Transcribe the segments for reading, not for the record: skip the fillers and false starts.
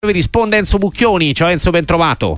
Vi risponde Enzo Bucchioni. Ciao Enzo, ben trovato.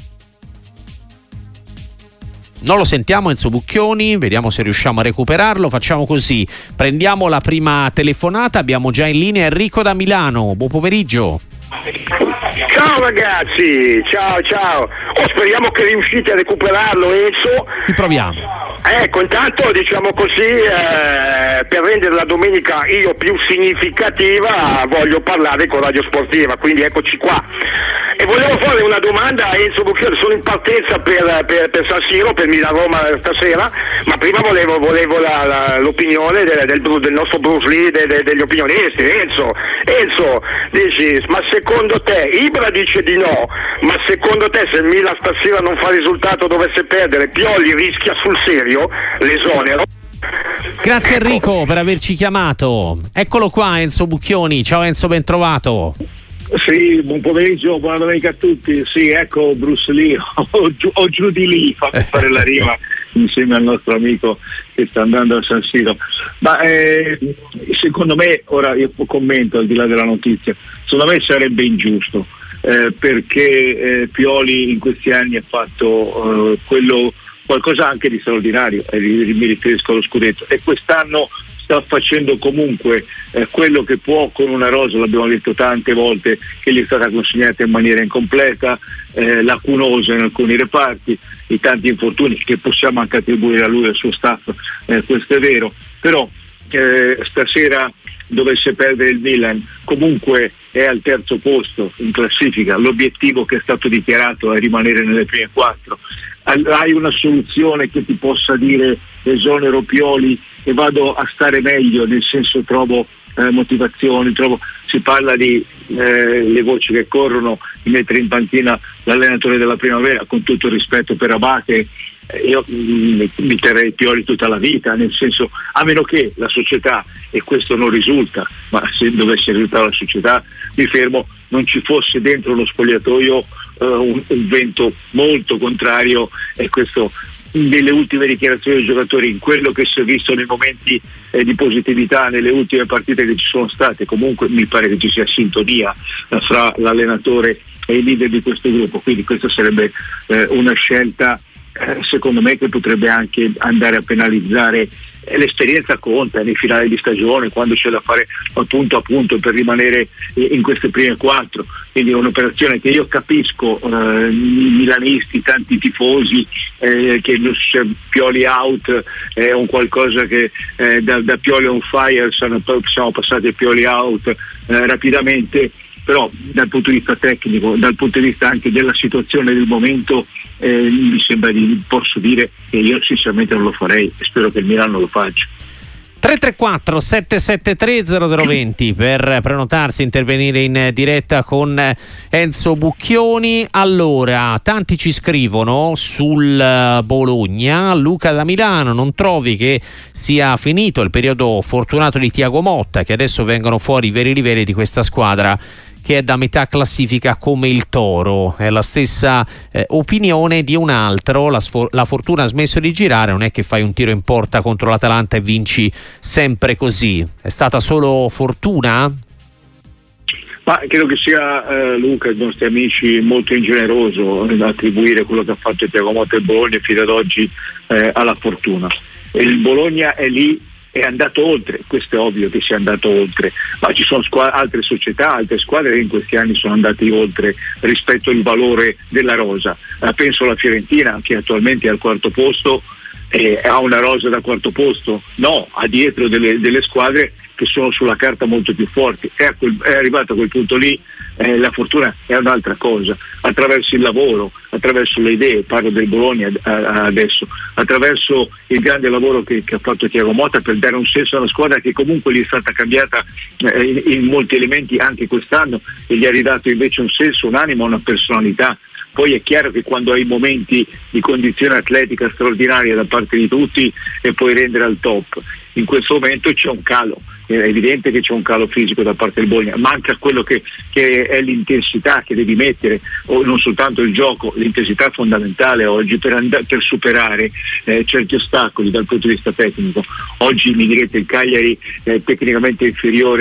Non lo sentiamo Enzo Bucchioni, vediamo se riusciamo a recuperarlo. Facciamo così, prendiamo la prima telefonata, abbiamo già in linea Enrico da Milano. Buon pomeriggio. Ciao ragazzi, ciao. Speriamo che riuscite a recuperarlo, Enzo. Ci proviamo. Ecco, intanto diciamo così, per rendere la domenica io più significativa voglio parlare con Radio Sportiva, quindi eccoci qua. E volevo fare una domanda a Enzo Bucchioni. Sono in partenza per San Siro, per Milan-Roma stasera, ma prima volevo l'opinione del nostro Bruce Lee, degli opinionisti. Enzo, dici, ma secondo te, Ibra dice di no, ma secondo te se il Milan stasera non fa risultato, dovesse perdere, Pioli rischia sul serio l'esonero? Grazie Enrico per averci chiamato. Eccolo qua Enzo Bucchioni. Ciao Enzo, ben trovato. Sì, buon pomeriggio, buona domenica a tutti. Sì, ecco Bruce Lee o giù di lì, fammi fare la rima insieme al nostro amico che sta andando a San Siro. Ma secondo me, ora io commento al di là della notizia, secondo me sarebbe ingiusto perché Pioli in questi anni ha fatto qualcosa anche di straordinario, mi riferisco allo scudetto, e quest'anno sta facendo comunque quello che può con una rosa, l'abbiamo detto tante volte, che gli è stata consegnata in maniera incompleta, lacunosa in alcuni reparti, i tanti infortuni che possiamo anche attribuire a lui e al suo staff, questo è vero, però stasera dovesse perdere il Milan, comunque è al terzo posto in classifica, l'obiettivo che è stato dichiarato è rimanere nelle prime 4. Hai una soluzione che ti possa dire esonero Pioli e vado a stare meglio, nel senso trovo motivazioni, si parla di le voci che corrono di mettere in panchina l'allenatore della primavera, con tutto il rispetto per Abate. Io mi terrei Pioli tutta la vita, nel senso, a meno che la società, e questo non risulta, ma se dovesse risultare la società, mi fermo, non ci fosse dentro lo spogliatoio un vento molto contrario, e questo nelle ultime dichiarazioni dei giocatori, in quello che si è visto nei momenti di positività nelle ultime partite che ci sono state, comunque mi pare che ci sia sintonia fra l'allenatore e i leader di questo gruppo, quindi questa sarebbe una scelta secondo me che potrebbe anche andare a penalizzare. L'esperienza conta nei finali di stagione, quando c'è da fare punto a punto per rimanere in queste prime 4, quindi è un'operazione che io capisco, i milanisti, tanti tifosi che c'è Pioli out è un qualcosa che da Pioli on fire siamo passati a Pioli out rapidamente, però dal punto di vista tecnico, dal punto di vista anche della situazione del momento, mi sembra posso dire che io sinceramente non lo farei e spero che il Milano lo faccia. 334 773 0020 per prenotarsi, intervenire in diretta con Enzo Bucchioni. Allora, tanti ci scrivono sul Bologna. Luca da Milano: non trovi che sia finito il periodo fortunato di Thiago Motta, che adesso vengono fuori i veri livelli di questa squadra che è da metà classifica come il Toro? È la stessa opinione di un altro. La fortuna ha smesso di girare, non è che fai un tiro in porta contro l'Atalanta e vinci sempre così. È stata solo fortuna? Ma credo che sia Luca e i nostri amici molto ingeneroso attribuire quello che ha fatto Thiago Motta e il Bologna fino ad oggi alla fortuna. E il Bologna è lì, è andato oltre, questo è ovvio che sia andato oltre, ma ci sono altre società, altre squadre che in questi anni sono andate oltre rispetto al valore della rosa. Penso alla Fiorentina, che attualmente è al quarto posto, ha una rosa da quarto posto, no, ha dietro delle squadre che sono sulla carta molto più forti. È arrivato a quel punto lì, la fortuna è un'altra cosa, attraverso il lavoro, attraverso le idee, parlo del Bologna adesso, attraverso il grande lavoro che ha fatto Thiago Motta per dare un senso alla squadra che comunque gli è stata cambiata in molti elementi anche quest'anno, e gli ha ridato invece un senso, un'anima, una personalità. Poi è chiaro che quando hai momenti di condizione atletica straordinaria da parte di tutti e puoi rendere al top, in questo momento c'è un calo, è evidente che c'è un calo fisico da parte del Bologna, manca quello che è l'intensità che devi mettere, o non soltanto il gioco, l'intensità è fondamentale oggi per superare certi ostacoli dal punto di vista tecnico. Oggi mi direte il Cagliari è tecnicamente inferiore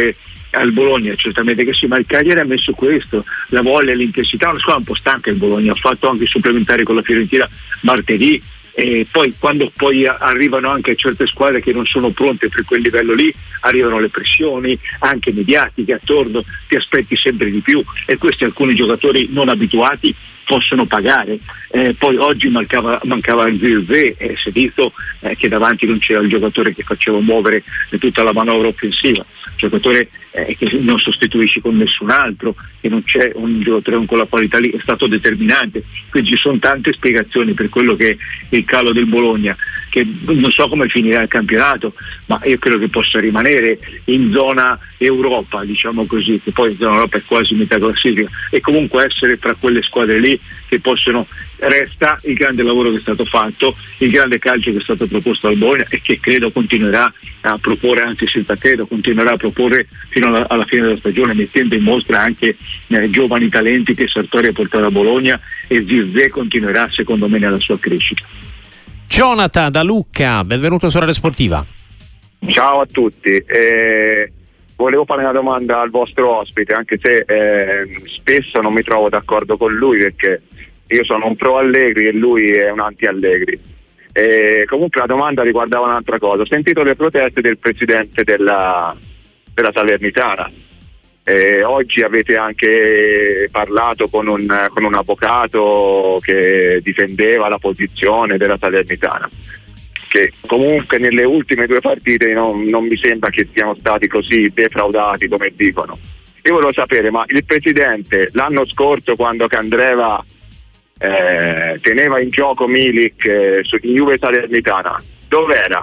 al Bologna, certamente che sì, ma il Cagliari ha messo questo, la voglia, l'intensità, una squadra un po' stanca il Bologna, ha fatto anche i supplementari con la Fiorentina martedì, e poi quando poi arrivano anche certe squadre che non sono pronte per quel livello lì, arrivano le pressioni anche mediatiche attorno, ti aspetti sempre di più, e questi alcuni giocatori non abituati possono pagare. Poi oggi mancava Zirze, si è visto che davanti non c'era il giocatore che faceva muovere tutta la manovra offensiva, giocatore che non sostituisci con nessun altro, che non c'è un giocatore con la qualità lì, è stato determinante. Quindi ci sono tante spiegazioni per quello che è il calo del Bologna, che non so come finirà il campionato, ma io credo che possa rimanere in zona Europa, diciamo così, che poi in zona Europa è quasi metà classifica, e comunque essere tra quelle squadre lì che possono. Resta il grande lavoro che è stato fatto, il grande calcio che è stato proposto al Bologna e che credo continuerà a proporre, anzi senza credo, continuerà a proporre fino alla fine della stagione, mettendo in mostra anche giovani talenti che Sartori ha portato a Bologna, e Zirze continuerà secondo me nella sua crescita. Jonathan da Lucca, benvenuto su Radio Sportiva. Ciao a tutti, volevo fare una domanda al vostro ospite, anche se spesso non mi trovo d'accordo con lui, perché io sono un pro Allegri e lui è un anti Allegri. Comunque la domanda riguardava un'altra cosa. Ho sentito le proteste del presidente della Salernitana. Oggi avete anche parlato con un avvocato che difendeva la posizione della Salernitana, che comunque nelle ultime 2 partite non mi sembra che siano stati così defraudati come dicono. Io volevo sapere, ma il presidente l'anno scorso, quando Candreva teneva in gioco Milik su Juve Salernitana, dov'era?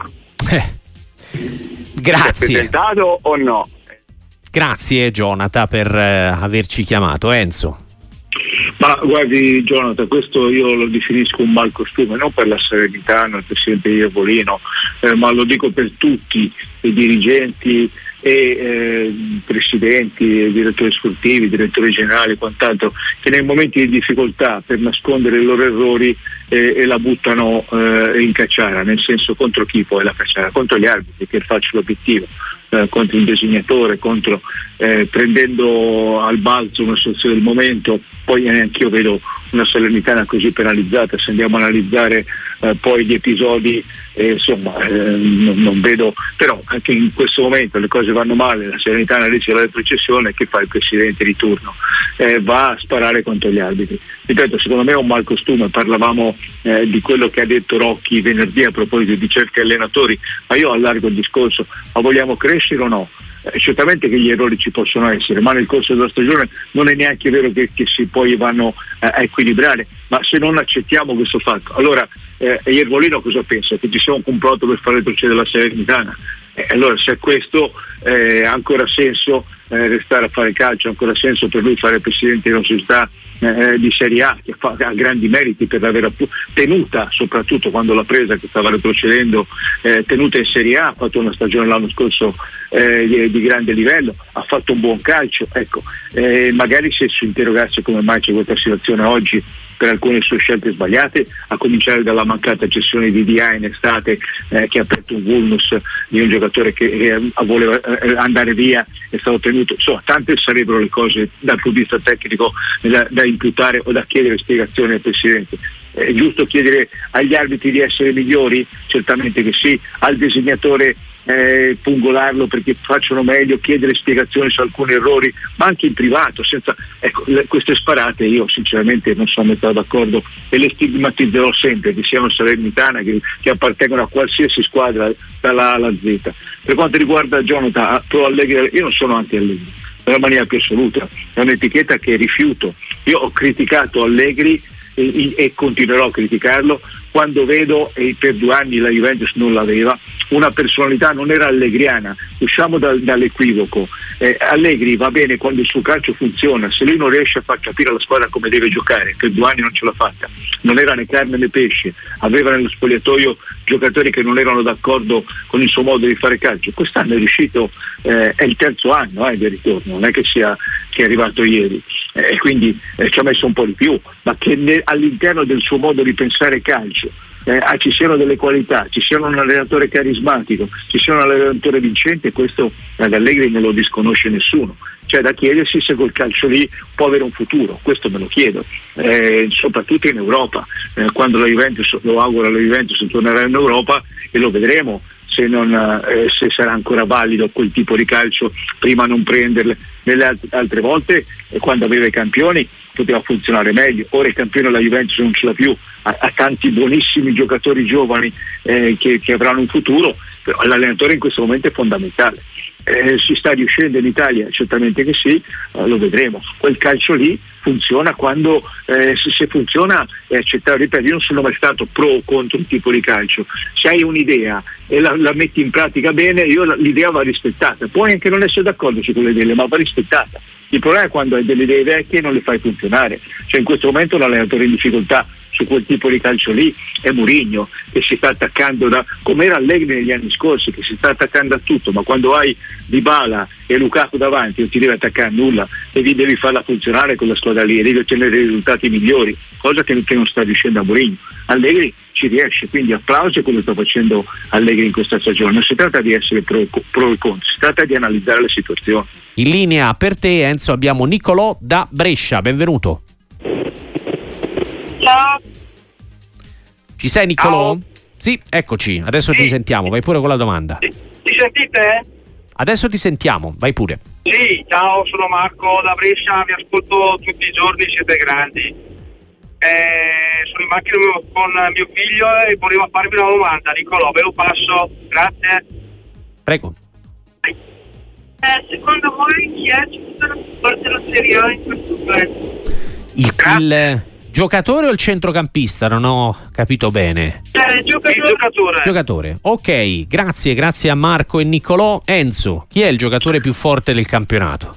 Grazie. Si è presentato o no? Grazie Jonathan per averci chiamato. Enzo. Ma guardi Jonathan, questo io lo definisco un malcostume, non per la Salernitana, il presidente Iervolino, ma lo dico per tutti i dirigenti e presidenti, direttori sportivi, direttori generali e quant'altro, che nei momenti di difficoltà, per nascondere i loro errori, la buttano in cacciara, nel senso, contro chi poi la cacciara? Contro gli arbitri, che faccio l'obiettivo, contro il designatore, prendendo al balzo una situazione del momento. Poi neanche io vedo una Salernitana così penalizzata. Se andiamo a analizzare poi gli episodi, non vedo, però anche in questo momento le cose vanno male, la Salernitana rischia la retrocessione. Che fa il presidente di turno? Va a sparare contro gli arbitri. Ripeto, secondo me è un malcostume. Parlavamo di quello che ha detto Rocchi venerdì a proposito di certi allenatori, ma io allargo il discorso: ma vogliamo crescere o no? Certamente che gli errori ci possono essere, ma nel corso della stagione non è neanche vero che si poi vanno a equilibrare. Ma se non accettiamo questo fatto, allora Iervolino cosa pensa? Che ci sia un complotto per far retrocedere la Salernitana? Allora, se è questo, ha ancora senso restare a fare calcio, ha ancora senso per lui fare presidente di una società di Serie A, che ha grandi meriti per aver tenuta, soprattutto quando l'ha presa, che stava retrocedendo, tenuta in Serie A, ha fatto una stagione l'anno scorso di grande livello, ha fatto un buon calcio. Ecco, magari se si interrogasse come mai c'è questa situazione oggi per alcune sue scelte sbagliate, a cominciare dalla mancata cessione di Dia in estate, che ha aperto un vulnus di un giocatore che voleva andare via, è stato tenuto. Insomma, tante sarebbero le cose dal punto di vista tecnico da imputare o da chiedere spiegazioni al presidente. È giusto chiedere agli arbitri di essere migliori? Certamente che sì. Al designatore pungolarlo perché facciano meglio, chiedere spiegazioni su alcuni errori, ma anche in privato, senza, ecco, queste sparate io sinceramente non sono metà d'accordo e le stigmatizzerò sempre, che siano Salernitana, che appartengono a qualsiasi squadra dalla A alla Z. Per quanto riguarda Jonathan, pro Allegri, io non sono anti Allegri nella maniera più assoluta, è un'etichetta che rifiuto. Io ho criticato Allegri e continuerò a criticarlo quando vedo, e per 2 anni la Juventus non l'aveva, una personalità, non era allegriana. Usciamo dall'equivoco. Allegri va bene quando il suo calcio funziona, se lui non riesce a far capire alla squadra come deve giocare, per 2 anni non ce l'ha fatta, non era né carne né pesce, aveva nello spogliatoio giocatori che non erano d'accordo con il suo modo di fare calcio. Quest'anno è riuscito, è il 3° anno del ritorno, non è che è arrivato ieri, quindi ci ha messo un po' di più, ma che all'interno del suo modo di pensare calcio ci siano delle qualità, ci sia un allenatore carismatico, ci sia un allenatore vincente, questo ad Allegri non lo disconosce nessuno. C'è da chiedersi se quel calcio lì può avere un futuro, questo me lo chiedo, soprattutto in Europa, quando la Juventus, lo auguro alla Juventus, tornerà in Europa e lo vedremo se sarà ancora valido quel tipo di calcio, prima non prenderle. Nelle altre volte, quando aveva i campioni, poteva funzionare meglio. Ora il campione della Juventus non ce l'ha più, ha tanti buonissimi giocatori giovani che avranno un futuro, però l'allenatore in questo momento è fondamentale. Si sta riuscendo in Italia? Certamente che sì, lo vedremo. Quel calcio lì funziona quando se funziona è accettabile. Ripeto, io non sono mai stato pro o contro un tipo di calcio. Se hai un'idea e la metti in pratica bene, l'idea va rispettata. Puoi anche non essere d'accordo su quelle idee, ma va rispettata. Il problema è quando hai delle idee vecchie e non le fai funzionare. Cioè in questo momento un allenatore in difficoltà su quel tipo di calcio lì è Mourinho, che si sta attaccando come era Allegri negli anni scorsi, che si sta attaccando a tutto, ma quando hai Dybala e Lukaku davanti non ti devi attaccare a nulla, devi farla funzionare con la squadra lì e devi ottenere risultati migliori, cosa che non sta riuscendo a Mourinho. Allegri ci riesce, quindi applauso a quello che sta facendo Allegri in questa stagione. Non si tratta di essere pro e contro, si tratta di analizzare la situazione. In linea per te, Enzo, abbiamo Nicolò da Brescia, benvenuto. Ciao. Ci sei, Nicolò? Ciao. Sì, eccoci, adesso ti sentiamo, vai pure con la domanda. Ti sentite? Adesso ti sentiamo, vai pure. Sì, ciao, sono Marco da Brescia, vi ascolto tutti i giorni, siete grandi. Sono in macchina con mio figlio e volevo farvi una domanda, Nicolò, ve lo passo, grazie. Prego. Secondo voi chi è più forte la Serie A in questo momento? Il giocatore o il centrocampista? Non ho capito bene. Il Giocatore. Ok, grazie a Marco e Nicolò. Enzo, chi è il giocatore più forte del campionato?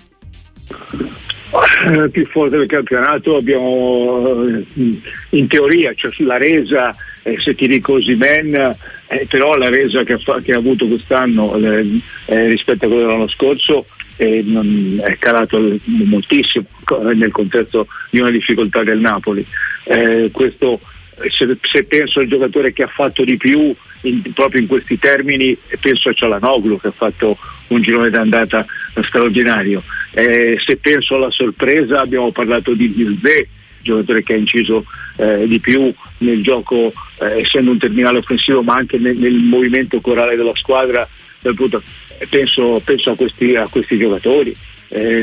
Più forte del campionato abbiamo in teoria, cioè sulla resa, se ti dico Osimhen, però la resa che ha avuto quest'anno rispetto a quello dell'anno scorso è calato moltissimo nel contesto di una difficoltà del Napoli. Questo, se penso al giocatore che ha fatto di più proprio in questi termini, penso a Çalhanoğlu, che ha fatto un girone d'andata straordinario. Se penso alla sorpresa, abbiamo parlato di Zé, giocatore che ha inciso di più nel gioco, essendo un terminale offensivo, ma anche nel movimento corale della squadra. Penso a questi giocatori. È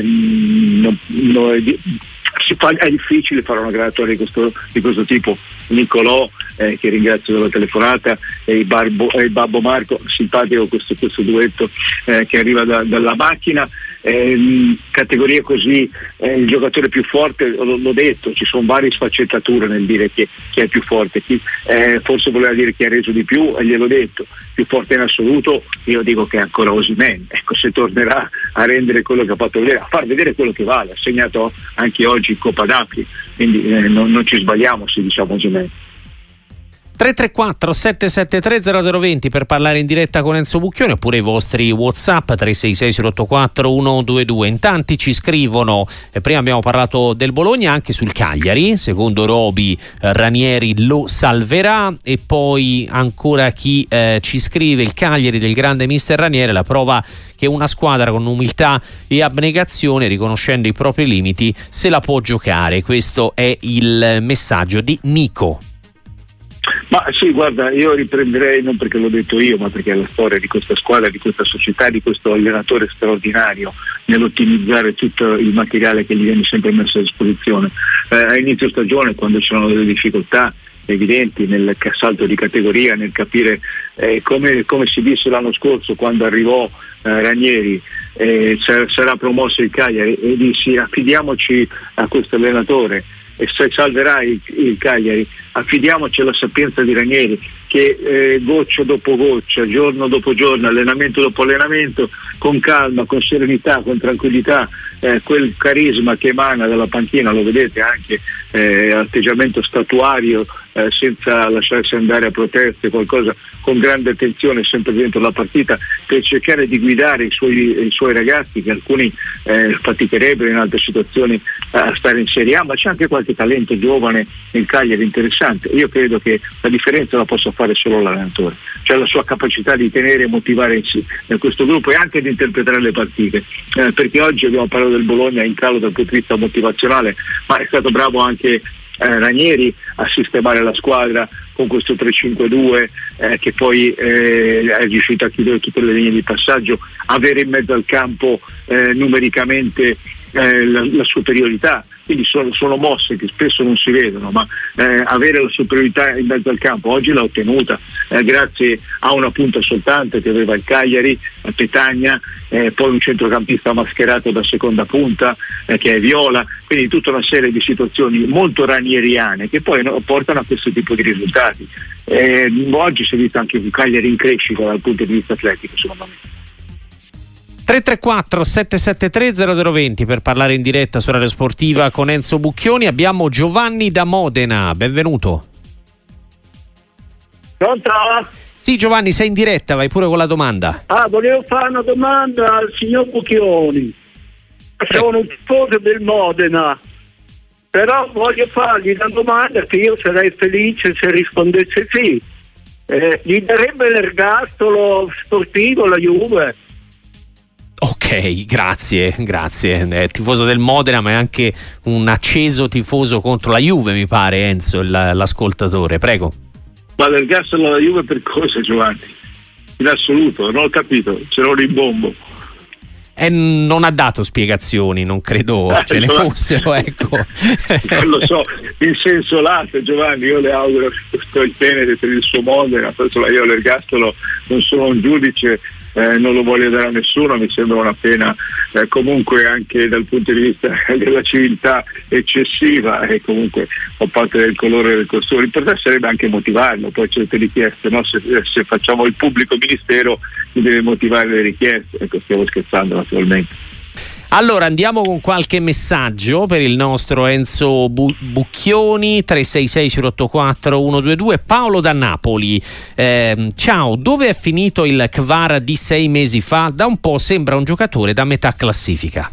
difficile fare una graduatoria di questo tipo. Nicolò, che ringrazio della telefonata, e il Babbo Marco, simpatico questo duetto che arriva dalla macchina. Categorie così, il giocatore più forte, l'ho detto, ci sono varie sfaccettature nel dire chi è più forte. Forse voleva dire chi ha reso di più, e gliel'ho detto. Più forte in assoluto, io dico che è ancora Osimhen. Ecco, se tornerà a rendere quello che ha fatto vedere, a far vedere quello che vale, ha segnato anche oggi in Coppa d'Africa, quindi non ci sbagliamo se diciamo Osimhen. 334 773 0020 per parlare in diretta con Enzo Bucchioni, oppure i vostri WhatsApp 366 084 122. In tanti ci scrivono, prima abbiamo parlato del Bologna, anche sul Cagliari, secondo Roby Ranieri lo salverà, e poi ancora chi ci scrive: il Cagliari del grande mister Ranieri, la prova che una squadra con umiltà e abnegazione, riconoscendo i propri limiti, se la può giocare. Questo è il messaggio di Nico. Ma sì, guarda, io riprenderei, non perché l'ho detto io, ma perché è la storia di questa squadra, di questa società, di questo allenatore straordinario nell'ottimizzare tutto il materiale che gli viene sempre messo a disposizione. A inizio stagione, quando c'erano delle difficoltà evidenti nel salto di categoria, nel capire come si disse l'anno scorso quando arrivò Ranieri, sarà promosso il Cagliari, e dissi: affidiamoci a questo allenatore, e se salverà il Cagliari, affidiamoci alla sapienza di Ranieri, che goccia dopo goccia, giorno dopo giorno, allenamento dopo allenamento, con calma, con serenità, con tranquillità, quel carisma che emana dalla panchina, lo vedete anche, atteggiamento statuario senza lasciarsi andare a proteste, qualcosa con grande attenzione sempre dentro la partita, per cercare di guidare i suoi ragazzi, che alcuni faticherebbero in altre situazioni a stare in Serie A, ma c'è anche qualche talento giovane nel Cagliari interessante. Io credo che la differenza la possa fare solo l'allenatore, cioè la sua capacità di tenere e motivare questo gruppo e anche di interpretare le partite, perché oggi abbiamo parlato del Bologna in calo dal punto di vista motivazionale, ma è stato bravo anche Ranieri a sistemare la squadra con questo 3-5-2 che poi è riuscito a chiudere tutte le linee di passaggio, avere in mezzo al campo numericamente la superiorità. Quindi sono mosse che spesso non si vedono, ma avere la superiorità in mezzo al campo oggi l'ha ottenuta grazie a una punta soltanto che aveva il Cagliari, a Petagna, poi un centrocampista mascherato da seconda punta che è Viola, quindi tutta una serie di situazioni molto ranieriane che poi portano a questo tipo di risultati. Oggi si è visto anche un Cagliari in crescita dal punto di vista atletico, secondo me. 334 773 0020 per parlare in diretta su Radio Sportiva con Enzo Bucchioni. Abbiamo Giovanni da Modena, benvenuto. Pronto? Sì, Giovanni, sei in diretta, vai pure con la domanda. Volevo fare una domanda al signor Bucchioni. Sono un tifoso del Modena, però voglio fargli una domanda che io sarei felice se rispondesse sì. Gli darebbe l'ergastolo sportivo la Juve? Ok, grazie. È tifoso del Modena, ma è anche un acceso tifoso contro la Juve, mi pare, Enzo, l'ascoltatore. Prego. Ma l'ergastolo alla Juve per cosa, Giovanni? In assoluto, non ho capito, ce l'ho rimbombo. Non ha dato spiegazioni, non credo ce ne fossero, ecco. Non lo so, in senso lato, Giovanni, io le auguro tutto il bene per il suo Modena, io l'ergastolo non sono un giudice, non lo voglio dare a nessuno, mi sembra una pena comunque anche dal punto di vista della civiltà eccessiva, e comunque fa parte del colore del costume. L'importante sarebbe anche motivarlo, poi certe richieste, no? Se facciamo il pubblico ministero si deve motivare le richieste, ecco, stiamo scherzando naturalmente. Allora andiamo con qualche messaggio per il nostro Enzo Bucchioni, 366-084-122. Paolo da Napoli, ciao, dove è finito il Kvara di 6 mesi fa? Da un po' sembra un giocatore da metà classifica.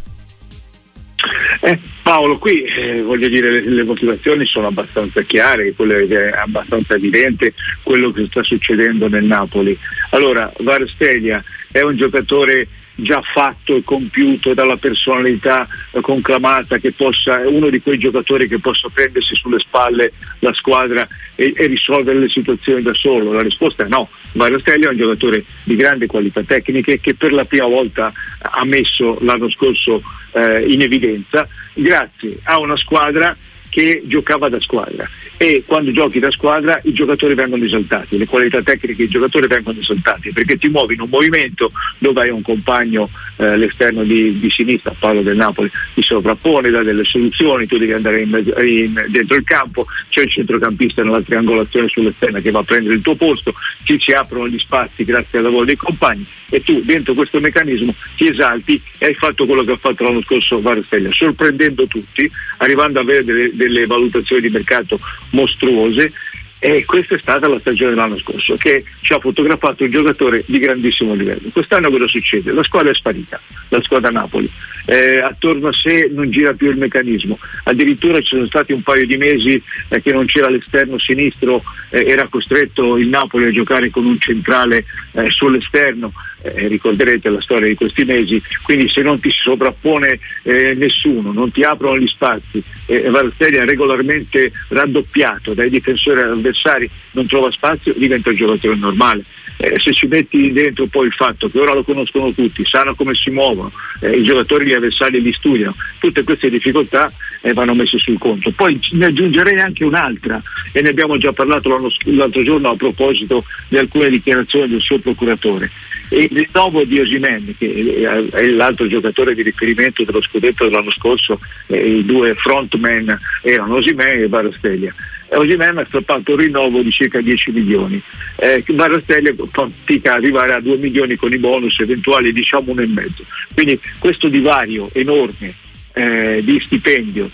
Paolo, qui voglio dire, le motivazioni sono abbastanza chiare, è abbastanza evidente quello che sta succedendo nel Napoli. Allora, Kvaratskhelia è un giocatore già fatto e compiuto, dalla personalità conclamata, che possa, uno di quei giocatori che possa prendersi sulle spalle la squadra e risolvere le situazioni da solo? La risposta è no. Kvaratskhelia è un giocatore di grande qualità tecniche che per la prima volta ha messo l'anno scorso in evidenza grazie a una squadra che giocava da squadra, e quando giochi da squadra i giocatori vengono esaltati, le qualità tecniche dei giocatori vengono esaltate, perché ti muovi in un movimento dove hai un compagno, l'esterno di sinistra, Paolo del Napoli, ti sovrappone, dà delle soluzioni, tu devi andare dentro il campo, c'è il centrocampista nella triangolazione sull'esterna che va a prendere il tuo posto, si aprono gli spazi grazie al lavoro dei compagni, e tu dentro questo meccanismo ti esalti, e hai fatto quello che ha fatto l'anno scorso Kvaratskhelia, sorprendendo tutti, arrivando a avere delle valutazioni di mercato mostruose. E questa è stata la stagione dell'anno scorso, che ci ha fotografato un giocatore di grandissimo livello. Quest'anno cosa succede? La squadra è sparita, la squadra Napoli, attorno a sé non gira più il meccanismo, addirittura ci sono stati un paio di mesi che non c'era l'esterno sinistro, era costretto il Napoli a giocare con un centrale sull'esterno, ricorderete la storia di questi mesi, quindi se non ti si sovrappone nessuno, non ti aprono gli spazi, Kvaratskhelia è regolarmente raddoppiato dai difensori avversari, non trova spazio, diventa un giocatore normale. Se ci metti dentro poi il fatto che ora lo conoscono tutti, sanno come si muovono, i giocatori gli avversari li studiano, tutte queste difficoltà vanno messe sul conto. Poi ne aggiungerei anche un'altra, e ne abbiamo già parlato l'altro giorno a proposito di alcune dichiarazioni del suo procuratore, e il rinnovo di Osimhen, che è l'altro giocatore di riferimento dello scudetto dell'anno scorso. I due frontman erano Osimhen e Kvaratskhelia. Osimhen ha strappato un rinnovo di circa 10 milioni, Kvaratskhelia fatica a arrivare a 2 milioni con i bonus eventuali, diciamo 1,5. Quindi questo divario enorme di stipendio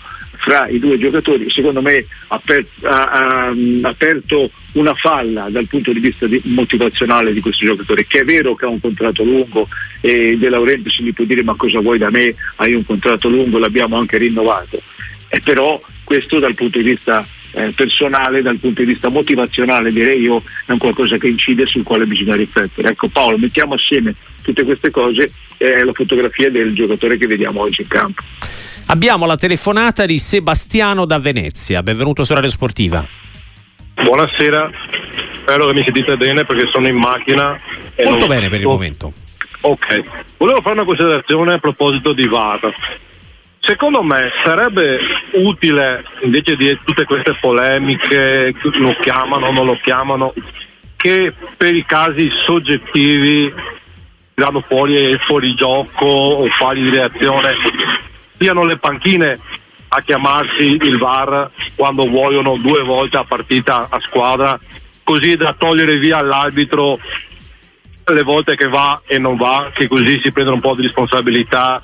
fra i due giocatori, secondo me ha aperto una falla dal punto di vista motivazionale di questo giocatore, che è vero che ha un contratto lungo e De Laurentiis gli può dire ma cosa vuoi da me, hai un contratto lungo, l'abbiamo anche rinnovato, però questo dal punto di vista personale, dal punto di vista motivazionale, direi io, è un qualcosa che incide, sul quale bisogna riflettere. Ecco Paolo, mettiamo assieme tutte queste cose e la fotografia del giocatore che vediamo oggi in campo. Abbiamo la telefonata di Sebastiano da Venezia, benvenuto su Radio Sportiva. Buonasera, spero che mi sentite bene perché sono in macchina. Molto bene per il momento. Ok, volevo fare una considerazione a proposito di VAR. Secondo me sarebbe utile, invece di tutte queste polemiche, lo chiamano, non lo chiamano, che per i casi soggettivi tirano fuori gioco o falli di reazione, siano le panchine a chiamarsi il VAR quando vogliono 2 volte a partita a squadra, così da togliere via all'arbitro le volte che va e non va, che così si prendono un po' di responsabilità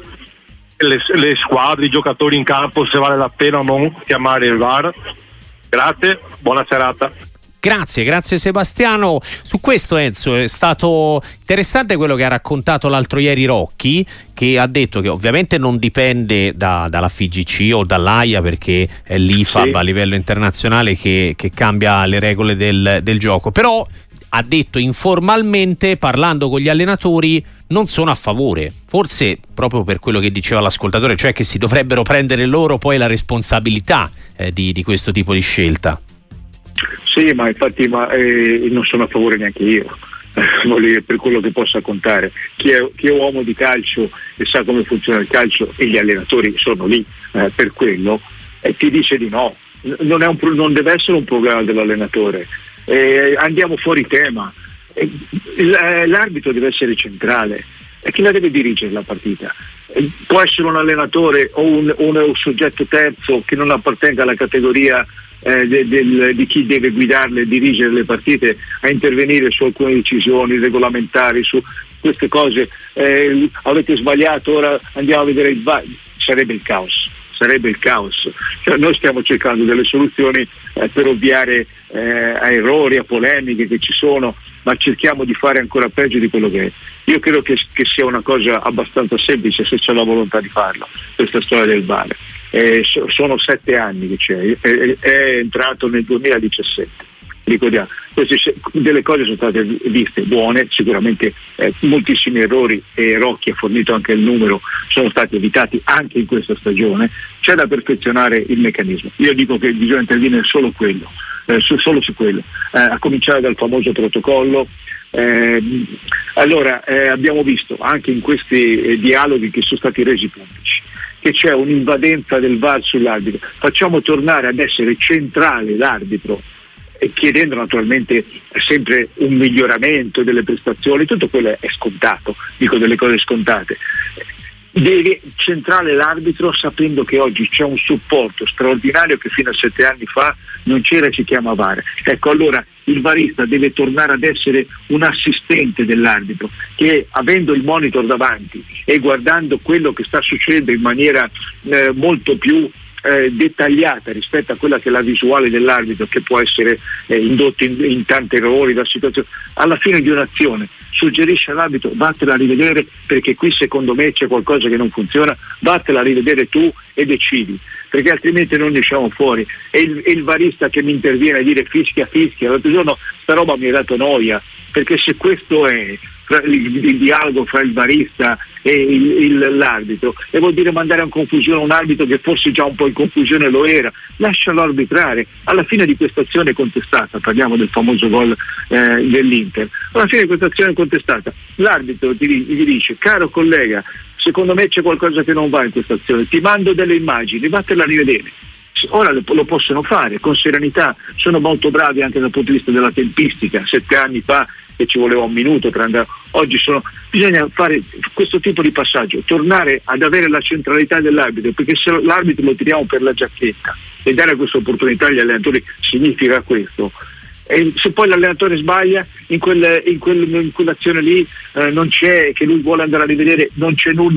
le squadre, i giocatori in campo, se vale la pena o non chiamare il VAR. Grazie, buona serata. Grazie Sebastiano. Su questo, Enzo, è stato interessante quello che ha raccontato l'altro ieri Rocchi, che ha detto che ovviamente non dipende dalla FIGC o dall'AIA, perché è l'IFAB a livello internazionale che cambia le regole del gioco, però ha detto informalmente, parlando con gli allenatori, non sono a favore, forse proprio per quello che diceva l'ascoltatore, cioè che si dovrebbero prendere loro poi la responsabilità di questo tipo di scelta. Sì, ma infatti non sono a favore neanche io, per quello che possa contare. Chi è uomo di calcio e sa come funziona il calcio, e gli allenatori sono lì per quello, ti dice di no. Non deve essere un problema dell'allenatore. Andiamo fuori tema. L'arbitro deve essere centrale, e chi la deve dirigere la partita? Può essere un allenatore o un soggetto terzo che non appartenga alla categoria di chi deve guidarle e dirigere le partite, a intervenire su alcune decisioni regolamentari, su queste cose. Avete sbagliato, ora andiamo a vedere il VAR. Sarebbe il caos. Cioè, noi stiamo cercando delle soluzioni per ovviare a errori, a polemiche che ci sono, ma cerchiamo di fare ancora peggio di quello che è. Io credo che sia una cosa abbastanza semplice, se c'è la volontà di farlo, questa storia del VAR. Sono 7 anni che c'è, è entrato nel 2017. Ricordiamo, delle cose sono state viste buone, sicuramente moltissimi errori, e Rocchi ha fornito anche il numero, sono stati evitati anche in questa stagione. C'è da perfezionare il meccanismo. Io dico che bisogna intervenire solo su quello, a cominciare dal famoso protocollo. Abbiamo visto anche in questi dialoghi che sono stati resi pubblici che c'è un'invadenza del VAR sull'arbitro. Facciamo tornare ad essere centrale l'arbitro, chiedendo naturalmente sempre un miglioramento delle prestazioni. Tutto quello è scontato, dico delle cose scontate. Deve centrare l'arbitro, sapendo che oggi c'è un supporto straordinario che fino a 7 anni fa non c'era e si chiama VAR. Ecco, allora il varista deve tornare ad essere un assistente dell'arbitro, che avendo il monitor davanti e guardando quello che sta succedendo in maniera molto più dettagliata rispetto a quella che è la visuale dell'arbitro, che può essere indotto in tanti errori da situazioni, alla fine di un'azione suggerisce all'arbitro: vattela a rivedere perché qui secondo me c'è qualcosa che non funziona, vattela a rivedere tu e decidi, perché altrimenti non ne usciamo fuori. E il varista che mi interviene a dire fischia, l'altro giorno sta roba mi ha dato noia, perché se questo è il dialogo fra il varista e l'arbitro, e vuol dire mandare in confusione un arbitro che forse già un po' in confusione lo era, lascialo arbitrare. Alla fine di questa azione contestata, parliamo del famoso gol dell'Inter, alla fine di questa azione contestata l'arbitro gli dice: caro collega, secondo me c'è qualcosa che non va in questa azione, ti mando delle immagini, vattela a rivedere. Ora lo possono fare con serenità, sono molto bravi anche dal punto di vista della tempistica. 7 anni fa che ci voleva un minuto per andare, oggi bisogna fare questo tipo di passaggio, tornare ad avere la centralità dell'arbitro, perché se l'arbitro lo tiriamo per la giacchetta, e dare questa opportunità agli allenatori significa questo. E se poi l'allenatore sbaglia in quell'azione lì, non c'è, che lui vuole andare a rivedere, non c'è nulla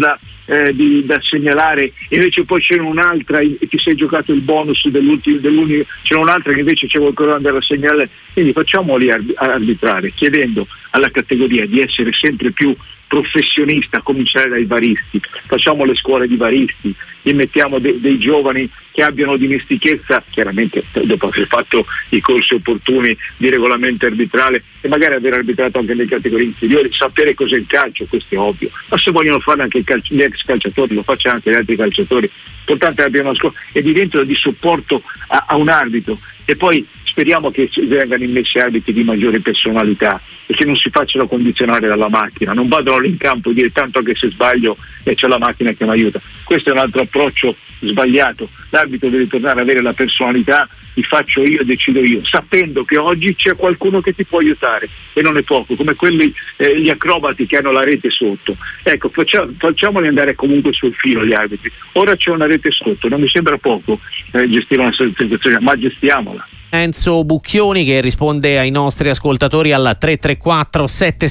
da segnalare, invece poi c'era un'altra e ti sei giocato il bonus dell'unico, c'era un'altra che invece c'è qualcosa da andare a segnalare. Quindi facciamoli arbitrare, chiedendo alla categoria di essere sempre più professionista, a cominciare dai baristi. Facciamo le scuole di baristi, li mettiamo dei giovani che abbiano dimestichezza, chiaramente dopo aver fatto i corsi opportuni di regolamento arbitrale e magari aver arbitrato anche nelle categorie inferiori, sapere cos'è il calcio, questo è ovvio, ma se vogliono fare anche gli ex calciatori, lo facciano anche gli altri calciatori. L'importante è che abbiano una scuola e diventano di supporto a un arbitro, e poi speriamo che vengano immessi arbitri di maggiore personalità e che non si facciano condizionare dalla macchina, non vadano lì in campo e dire tanto che se sbaglio c'è la macchina che mi aiuta. Questo è un altro approccio sbagliato. L'arbitro deve tornare ad avere la personalità, li faccio io, decido io, sapendo che oggi c'è qualcuno che ti può aiutare, e non è poco, come quelli gli acrobati che hanno la rete sotto. Ecco, facciamoli andare comunque sul filo gli arbitri. Ora c'è una rete sotto, non mi sembra poco gestire una situazione, ma gestiamola. Enzo Bucchioni che risponde ai nostri ascoltatori alla 334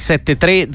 773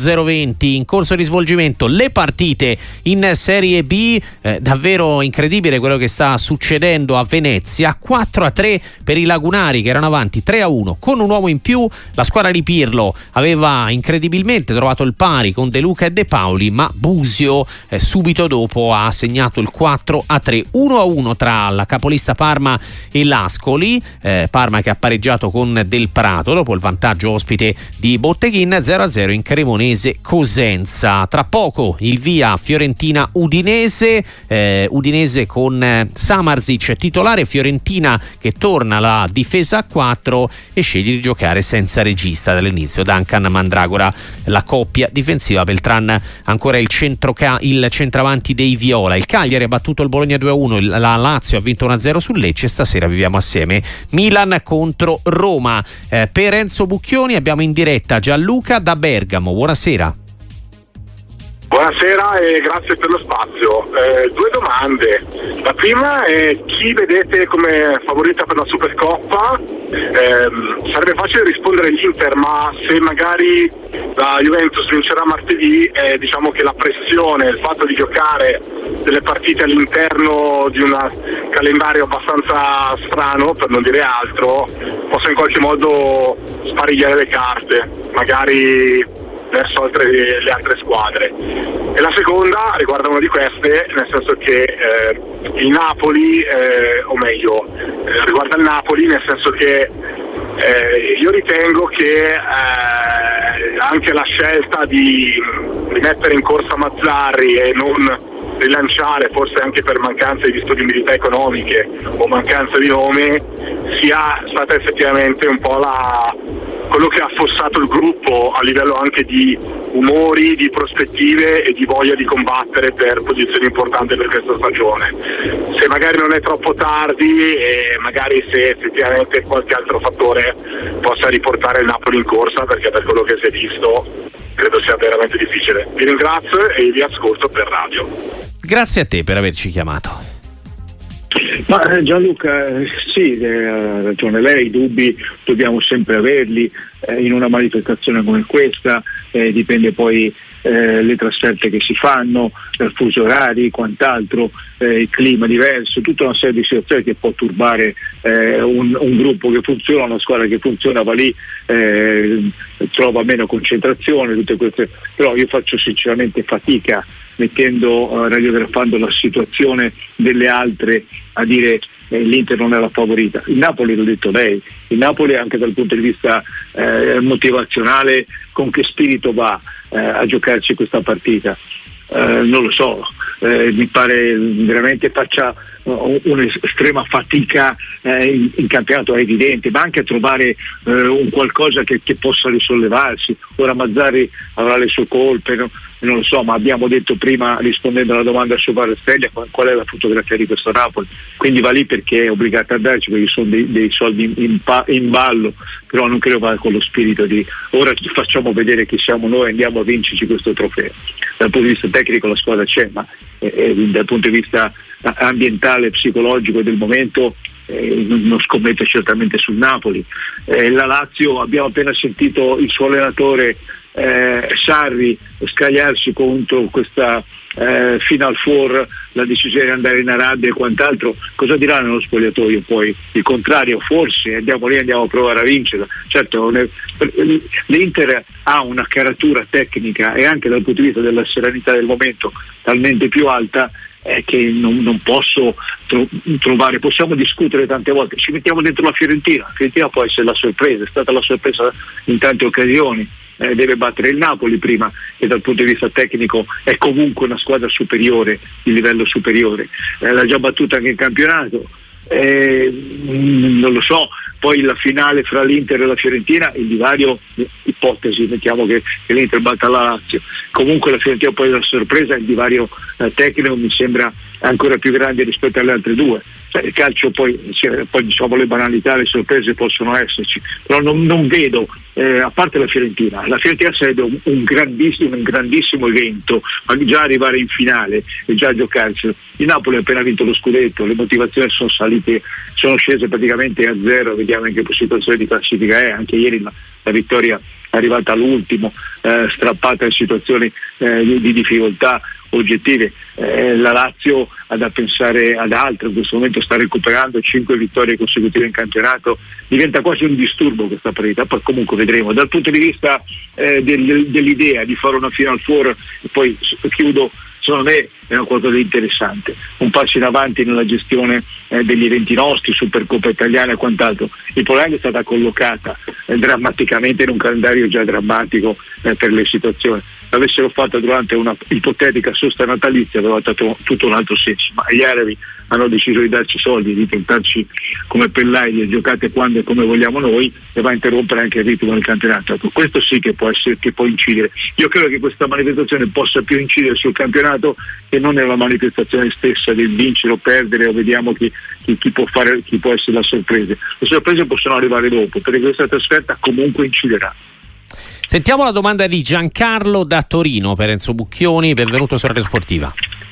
0020. In corso di svolgimento le partite in Serie B, davvero incredibile quello che sta succedendo a Venezia. 4-3 per i lagunari che erano avanti 3-1 con un uomo in più. La squadra di Pirlo aveva incredibilmente trovato il pari con De Luca e De Paoli, ma Busio subito dopo ha segnato il 4-3, 1-1 tra la capolista Parma e l'Ascoli. Parma che ha pareggiato con Del Prato dopo il vantaggio ospite di Botteghin. 0-0 in Cremonese Cosenza. Tra poco il via Fiorentina-Udinese, Udinese con Samardzic titolare, Fiorentina che torna alla difesa a 4 e sceglie di giocare senza regista dall'inizio. Duncan Mandragora, la coppia difensiva. Beltran ancora il centravanti dei Viola. Il Cagliari ha battuto il Bologna 2-1, la Lazio ha vinto 1-0 sul Lecce. Stasera viviamo assieme Milan contro Roma. Per Enzo Bucchioni abbiamo in diretta Gianluca da Bergamo. Buonasera. Buonasera e grazie per lo spazio. Due domande. La prima è: chi vedete come favorita per la Supercoppa? Sarebbe facile rispondere l'Inter, ma se magari la Juventus vincerà martedì, diciamo che la pressione, il fatto di giocare delle partite all'interno di un calendario abbastanza strano, per non dire altro, possa in qualche modo sparigliare le carte, magari verso le altre squadre. E la seconda riguarda una di queste, nel senso che il Napoli, o meglio, riguarda il Napoli, nel senso che io ritengo che anche la scelta di mettere in corsa Mazzarri e non rilanciare, forse anche per mancanza di disponibilità economiche o mancanza di nome, sia stata effettivamente un po' quello che ha affossato il gruppo a livello anche di umori, di prospettive e di voglia di combattere per posizioni importanti per questa stagione. Se magari non è troppo tardi e magari se effettivamente qualche altro fattore possa riportare il Napoli in corsa, perché per quello che si è visto credo sia veramente difficile. Vi ringrazio e vi ascolto per radio. Grazie a te per averci chiamato. Ma Gianluca, sì, ha ragione lei, i dubbi dobbiamo sempre averli in una manifestazione come questa, dipende poi le trasferte che si fanno, fusi orari, quant'altro, il clima diverso, tutta una serie di situazioni che può turbare un gruppo che funziona, una squadra che funziona, va lì, trova meno concentrazione, tutte queste, però io faccio sinceramente fatica, radiografando la situazione delle altre, a dire l'Inter non è la favorita. Il Napoli, l'ho detto lei, il Napoli anche dal punto di vista motivazionale, con che spirito va a giocarci questa partita? Non lo so, mi pare veramente faccia un'estrema fatica in campionato, è evidente, ma anche a trovare un qualcosa che possa risollevarsi. Ora Mazzarri avrà le sue colpe, non lo so, ma abbiamo detto prima, rispondendo alla domanda su Kvaratskhelia, qual è la fotografia di questo Napoli, quindi va lì perché è obbligato a darci, perché sono dei soldi in ballo, però non credo vada con lo spirito di ora facciamo vedere chi siamo noi e andiamo a vincerci questo trofeo. Dal punto di vista tecnico la squadra c'è, ma dal punto di vista ambientale, psicologico del momento non scommette certamente sul Napoli. La Lazio, abbiamo appena sentito il suo allenatore Sarri scagliarsi contro questa Final Four, la decisione di andare in Arabia e quant'altro, cosa diranno nello spogliatoio poi? Il contrario, forse andiamo lì, andiamo a provare a vincerla. Certo, l'Inter ha una caratura tecnica e anche dal punto di vista della serenità del momento talmente più alta che non posso trovare, possiamo discutere tante volte, ci mettiamo dentro la Fiorentina può essere la sorpresa, è stata la sorpresa in tante occasioni, deve battere il Napoli prima e dal punto di vista tecnico è comunque una squadra superiore, di livello superiore, l'ha già battuta anche in campionato, non lo so. Poi la finale fra l'Inter e la Fiorentina, il divario, ipotesi, mettiamo che l'Inter batta la Lazio, comunque la Fiorentina poi è una sorpresa, il divario tecnico mi sembra ancora più grande rispetto alle altre due. Il calcio poi diciamo le banalità, le sorprese possono esserci, però non vedo, a parte la Fiorentina sarebbe un grandissimo evento, già arrivare in finale e già giocarselo. Il Napoli ha appena vinto lo scudetto, le motivazioni sono scese praticamente a zero, vediamo in che situazione di classifica è, anche ieri la vittoria è arrivata all'ultimo, strappata in situazioni di difficoltà oggettive. La Lazio ha da pensare ad altro, in questo momento sta recuperando 5 vittorie consecutive in campionato, diventa quasi un disturbo questa partita, poi comunque vedremo. Dal punto di vista dell'idea di fare una Final Four, e poi chiudo, secondo me è una qualcosa di interessante, un passo in avanti nella gestione degli eventi nostri, Supercoppa italiana e quant'altro. Il problema è stata collocata drammaticamente in un calendario già drammatico per le situazioni. L'avessero fatta durante una ipotetica sosta natalizia aveva dato tutto un altro senso, ma gli arabi hanno deciso di darci soldi, di tentarci come pellai, giocate quando e come vogliamo noi, e va a interrompere anche il ritmo del campionato. Ecco, questo sì che può incidere. Io credo che questa manifestazione possa più incidere sul campionato che non nella manifestazione stessa del vincere o perdere, o vediamo chi può essere la sorpresa. Le sorprese possono arrivare dopo, perché questa trasferta comunque inciderà. Sentiamo la domanda di Giancarlo da Torino per Enzo Bucchioni. Benvenuto su Radio Sportiva.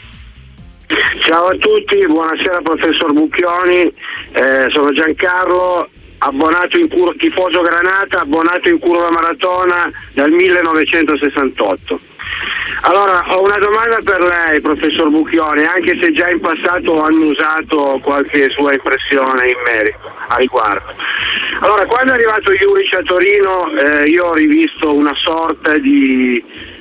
Ciao a tutti, buonasera professor Bucchioni, sono Giancarlo, abbonato tifoso Granata, abbonato in curva maratona dal 1968. Allora, ho una domanda per lei, professor Bucchioni, anche se già in passato ho annusato qualche sua impressione in merito a riguardo. Allora, quando è arrivato Juric a Torino, io ho rivisto una sorta di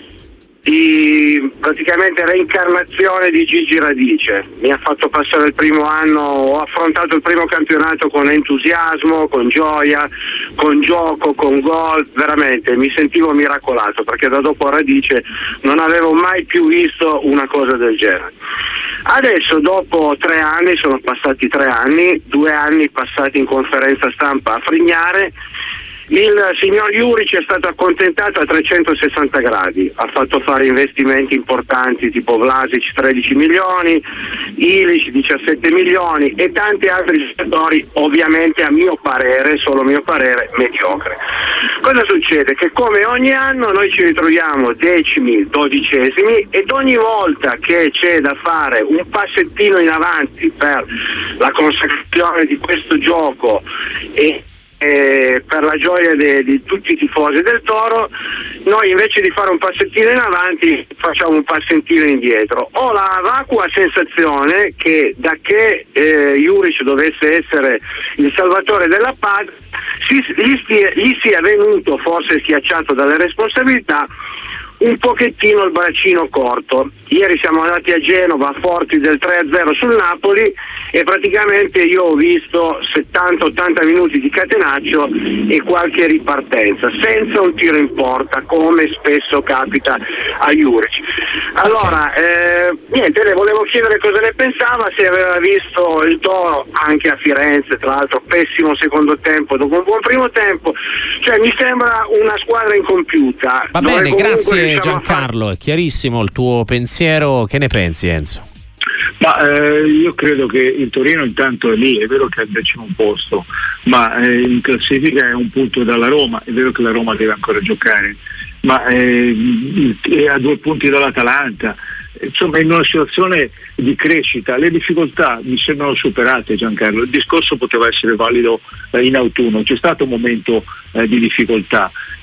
praticamente reincarnazione di Gigi Radice. Mi ha fatto passare il primo anno, ho affrontato il primo campionato con entusiasmo, con gioia, con gioco, con gol, veramente mi sentivo miracolato, perché da dopo Radice non avevo mai più visto una cosa del genere. Adesso dopo 3 anni, sono passati 3 anni, 2 anni passati in conferenza stampa a frignare, il signor Juric è stato accontentato a 360 gradi, ha fatto fare investimenti importanti tipo Vlasic 13 milioni, Ilic 17 milioni e tanti altri giocatori, ovviamente a mio parere, solo mio parere, mediocre. Cosa succede? Che come ogni anno noi ci ritroviamo 10º, 12º ed ogni volta che c'è da fare un passettino in avanti per la consacrazione di questo gioco e per la gioia di tutti i tifosi del Toro, noi invece di fare un passettino in avanti facciamo un passettino indietro. Ho la vacua sensazione che da che Juric dovesse essere il salvatore della patria gli sia venuto, forse schiacciato dalle responsabilità, un pochettino il braccino corto. Ieri siamo andati a Genova forti del 3-0 sul Napoli e praticamente io ho visto 70-80 minuti di catenaccio e qualche ripartenza senza un tiro in porta, come spesso capita a Juric. Allora niente, le volevo chiedere cosa ne pensava, se aveva visto il Toro anche a Firenze, tra l'altro pessimo secondo tempo dopo un buon primo tempo, cioè mi sembra una squadra incompiuta. Va bene, grazie Giancarlo, è chiarissimo il tuo pensiero. Che ne pensi, Enzo? Ma io credo che il Torino intanto è lì, è vero che è al 10° posto, ma in classifica è un punto dalla Roma, è vero che la Roma deve ancora giocare, ma è a 2 punti dall'Atalanta. Insomma, in una situazione di crescita le difficoltà mi sembrano superate, Giancarlo. Il discorso poteva essere valido in autunno, c'è stato un momento di difficoltà,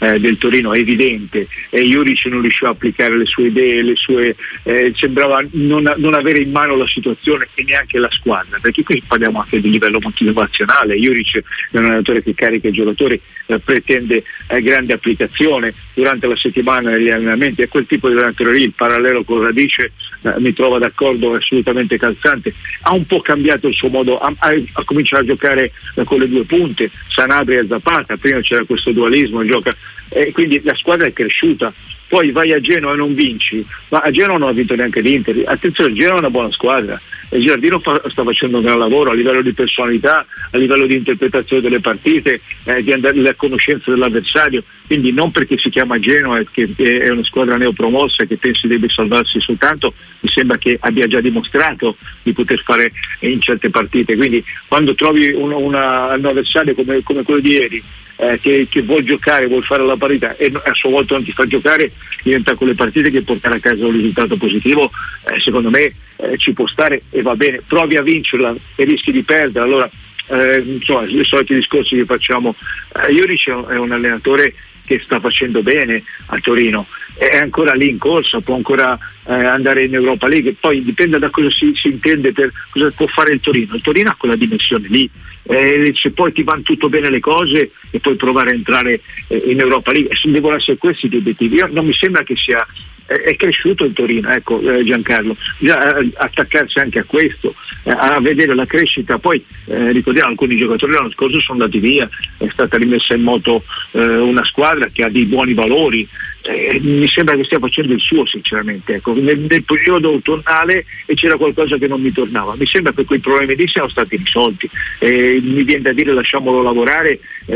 del Torino, è evidente, e Juric non riusciva a applicare le sue idee, sembrava non avere in mano la situazione e neanche la squadra, perché qui parliamo anche di livello motivazionale. Juric è un allenatore che carica i giocatori, pretende grande applicazione durante la settimana negli allenamenti, è quel tipo di allenatore lì. Il parallelo con Radice mi trova d'accordo, è assolutamente calzante. Ha un po' cambiato il suo modo, ha cominciato a giocare con le due punte, Sanabria e Zapata, prima c'era questo dualismo, gioca, quindi la squadra è cresciuta. Poi vai a Genova e non vinci, ma a Genova non ha vinto neanche l'Inter. Attenzione, Genova è una buona squadra, il Giardino sta facendo un gran lavoro a livello di personalità, a livello di interpretazione delle partite, di andare alla conoscenza dell'avversario, quindi non perché si chiama Genova che è una squadra neopromossa che pensi deve salvarsi soltanto, mi sembra che abbia già dimostrato di poter fare in certe partite, quindi quando trovi un avversario come quello di ieri, che vuol giocare, vuol fare la parità e a sua volta non ti fa giocare, diventa quelle partite che portare a casa un risultato positivo, secondo me ci può stare e va bene. Provi a vincerla e rischi di perdere, allora insomma i soliti discorsi che facciamo. Juric è un allenatore che sta facendo bene a Torino, è ancora lì in corsa, può ancora andare in Europa League, poi dipende da cosa si intende, per cosa può fare il Torino. Il Torino ha quella dimensione lì, se poi ti vanno tutto bene le cose e puoi provare a entrare in Europa League, devono essere questi gli obiettivi. Io non mi sembra che sia, è cresciuto il Torino, ecco, Giancarlo, bisogna attaccarsi anche a questo, a vedere la crescita. Poi ricordiamo, alcuni giocatori l'anno scorso sono andati via, è stata rimessa in moto una squadra che ha dei buoni valori, mi sembra che stia facendo il suo sinceramente, ecco. Nel periodo autunnale e c'era qualcosa che non mi tornava, mi sembra che quei problemi lì siano stati risolti, mi viene da dire lasciamolo lavorare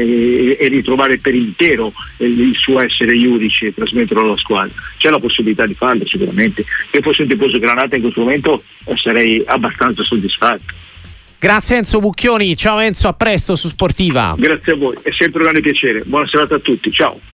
e ritrovare per intero il suo essere Juric e trasmetterlo alla squadra. C'è la possibilità di farlo sicuramente. Se fossi un tifoso Granata in questo momento sarei abbastanza soddisfatto. Grazie Enzo Bucchioni, ciao Enzo, a presto su Sportiva. Grazie a voi, è sempre un grande piacere, buona serata a tutti, ciao.